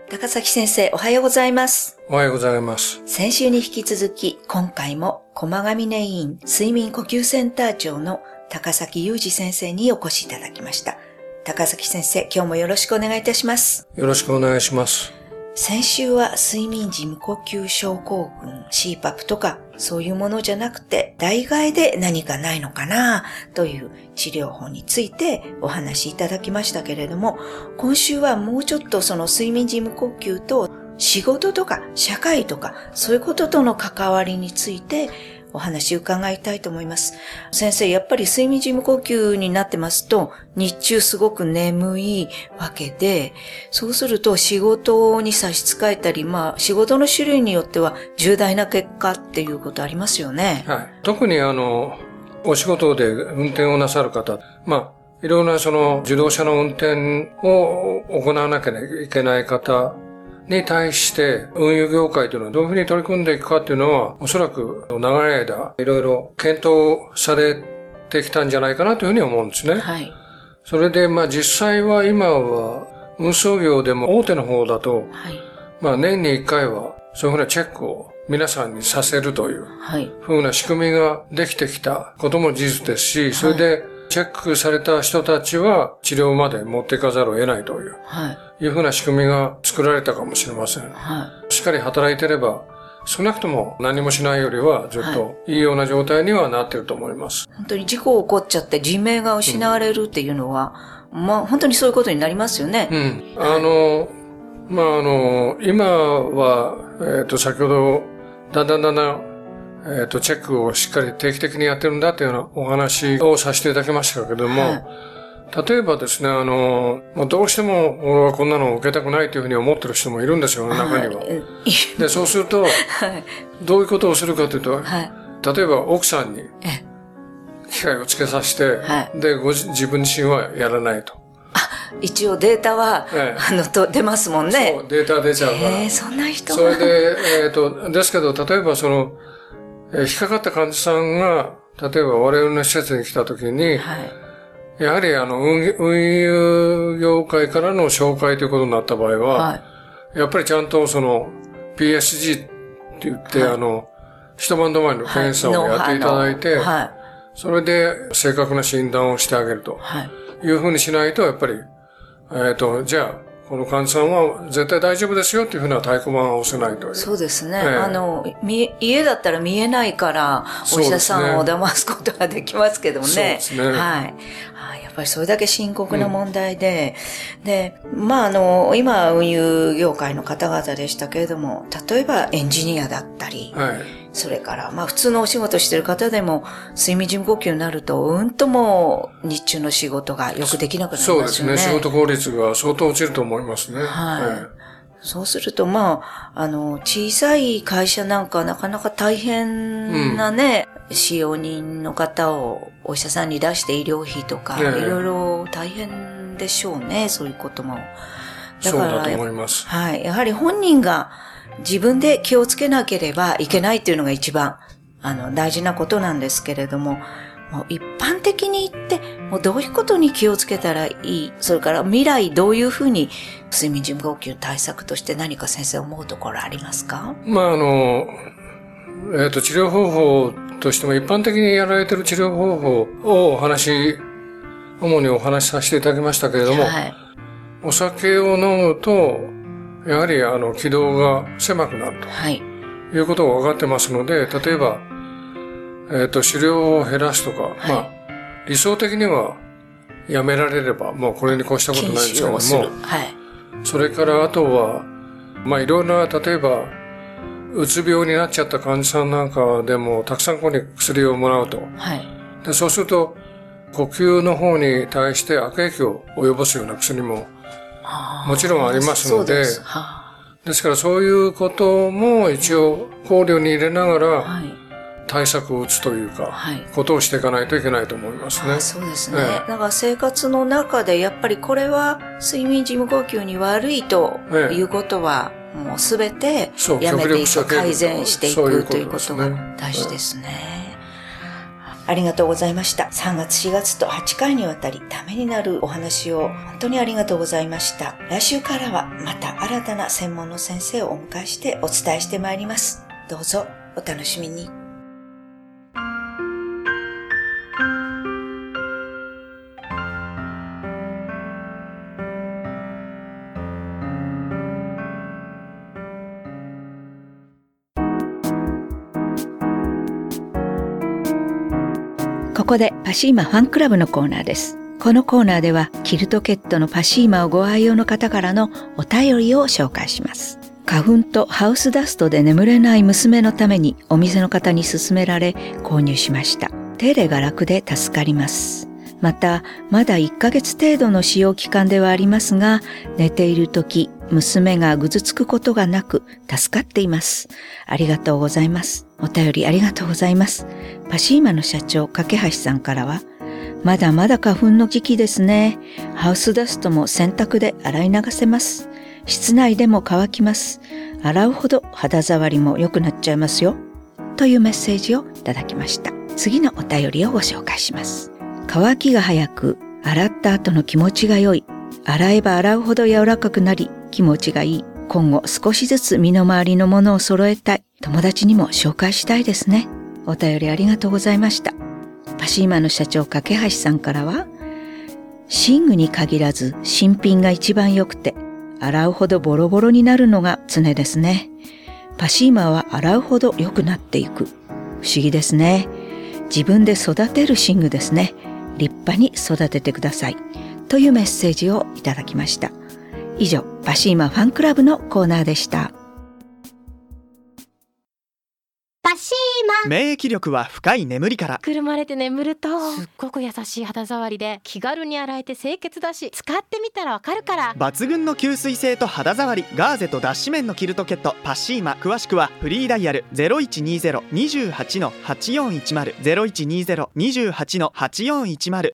高崎先生、おはようございます。 おはようございます。 先週に引き続き、今回も駒ヶ峰医院睡眠呼吸センター長の高崎雄二先生にお越しいただきました。高崎先生、今日もよろしくお願いいたします。 よろしくお願いします。 先週は睡眠時無呼吸症候群、CPAP とかそういうものじゃなくて、代替で何かないのかなという治療法についてお話しいただきましたけれども、今週はもうちょっとその睡眠時無呼吸と仕事とか社会とかそういうこととの関わりについてお話伺いたいと思います。先生、やっぱり睡眠時無呼吸になってますと、日中すごく眠いわけで、そうすると仕事に差し支えたり、仕事の種類によっては重大な結果っていうことありますよね。 はい。特にお仕事で運転をなさる方、いろんな自動車の運転を行わなきゃいけない方、に対して運輸業界というのはどういうふうに取り組んでいくかっていうのはおそらく長い間いろいろ検討されてきたんじゃないかなというふうに思うんですね。 はい。 それで実際は今は運送業でも大手の方だと、 はい、 年に1回はそういうふうなチェックを皆さんにさせるというふうな仕組みができてきたことも事実ですし、それでチェックされた人たちは治療まで持っていかざるを得ないという。いうふうな仕組みが作られたかもしれません。しっかり働いてれば、少なくとも何もしないよりはずっといいような状態にはなっていると思います。 本当に事故起こっちゃって人命が失われるっていうのは、本当にそういうことになりますよね。 今は、先ほど、だんだん、チェックをしっかり定期的にやってるんだというようなお話をさせていただきましたけれども、例えばですね、どうしても俺はこんなのを受けたくないというふうに思ってる人もいるんですよ、中には。で、そうすると、どういうことをするかというと、例えば奥さんに機械をつけさせて、で、自分自身はやらないと。 一応データは、出ますもんね。 そう、データ出ちゃうから。 そんな人それで、ですけど、例えば引っかかった患者さんが、例えば我々の施設に来た時に、やはり運輸業界からの紹介ということになった場合は、やっぱりちゃんとPSG って言って、一晩止まりの検査をやっていただいて、それで正確な診断をしてあげるというふうにしないと、やっぱり、じゃあ、この患者さんは絶対大丈夫ですよっていうふうな太鼓判は押せないという。 そうですね。家だったら見えないから、お医者さんを騙すことができますけどもね。 そうですね。 やっぱりそれだけ深刻な問題で、今、運輸業界の方々でしたけれども、例えばエンジニアだったり、それから、普通のお仕事してる方でも、睡眠時無呼吸になると、もう日中の仕事がよくできなくなりますよね。 そうですね。仕事効率が相当落ちると思いますね。 そうすると、小さい会社なんかなかなか大変なね、使用人の方をお医者さんに出して医療費とか、いろいろ大変でしょうね、そういうことも。 そうだと思います。 やはり本人が自分で気をつけなければいけないっていうのが一番、大事なことなんですけれども、一般的に言って、どういうことに気をつけたらいい、それから未来どういうふうに睡眠時無呼吸対策として何か先生思うところありますか？ 治療方法としても一般的にやられている治療方法を主にお話しさせていただきましたけれども、お酒を飲むと、やはり気道が狭くなるということが分かってますので、例えば、酒量を減らすとか、理想的にはやめられれば、もうこれに越したことないんですけども、それからあとは、いろんな、例えば、うつ病になっちゃった患者さんなんかでも、たくさんここに薬をもらうと。で、そうすると、呼吸の方に対して悪影響を及ぼすような薬も、もちろんありますので、ですからそういうことも一応考慮に入れながら、対策を打つというか、ことをしていかないといけないと思いますね。 そうですね。だから生活の中でやっぱりこれは睡眠時無呼吸に悪いということはもうすべてやめていく、改善していくということが大事ですね。 ありがとうございました。3月4月と8回にわたりためになるお話を本当にありがとうございました。来週からはまた新たな専門の先生をお迎えしてお伝えしてまいります。どうぞお楽しみに。ここでパシーマファンクラブのコーナーです。このコーナーではキルトケットのパシーマをご愛用の方からのお便りを紹介します。花粉とハウスダストで眠れない娘のためにお店の方に勧められ購入しました。手入れが楽で助かります。また、まだ1ヶ月程度の使用期間ではありますが、寝ている時、娘がぐずつくことがなく助かっています。ありがとうございます。お便りありがとうございます。パシーマの社長、架橋さんからは、まだまだ花粉の時期ですね。ハウスダストも洗濯で洗い流せます。室内でも乾きます。洗うほど肌触りも良くなっちゃいますよ。というメッセージをいただきました。次のお便りをご紹介します。乾きが早く、洗った後の気持ちが良い。洗えば洗うほど柔らかくなり、気持ちがいい。今後少しずつ身の回りのものを揃えたい。友達にも紹介したいですね。お便りありがとうございました。パシーマの社長、架橋さんからは、寝具に限らず新品が一番良くて、洗うほどボロボロになるのが常ですね。パシーマは洗うほど良くなっていく。不思議ですね。自分で育てる寝具ですね。立派に育ててください。というメッセージをいただきました。以上、パシーマファンクラブのコーナーでした。 パシーマ。 免疫力は深い眠りから。 くるまれて眠るとすっごく優しい肌触りで気軽に洗えて清潔だし、使ってみたらわかるから。 抜群の吸水性と肌触り、ガーゼと脱脂綿のキルトケットパシーマ。詳しくはフリーダイヤル 0120-28-8410 0120-28-8410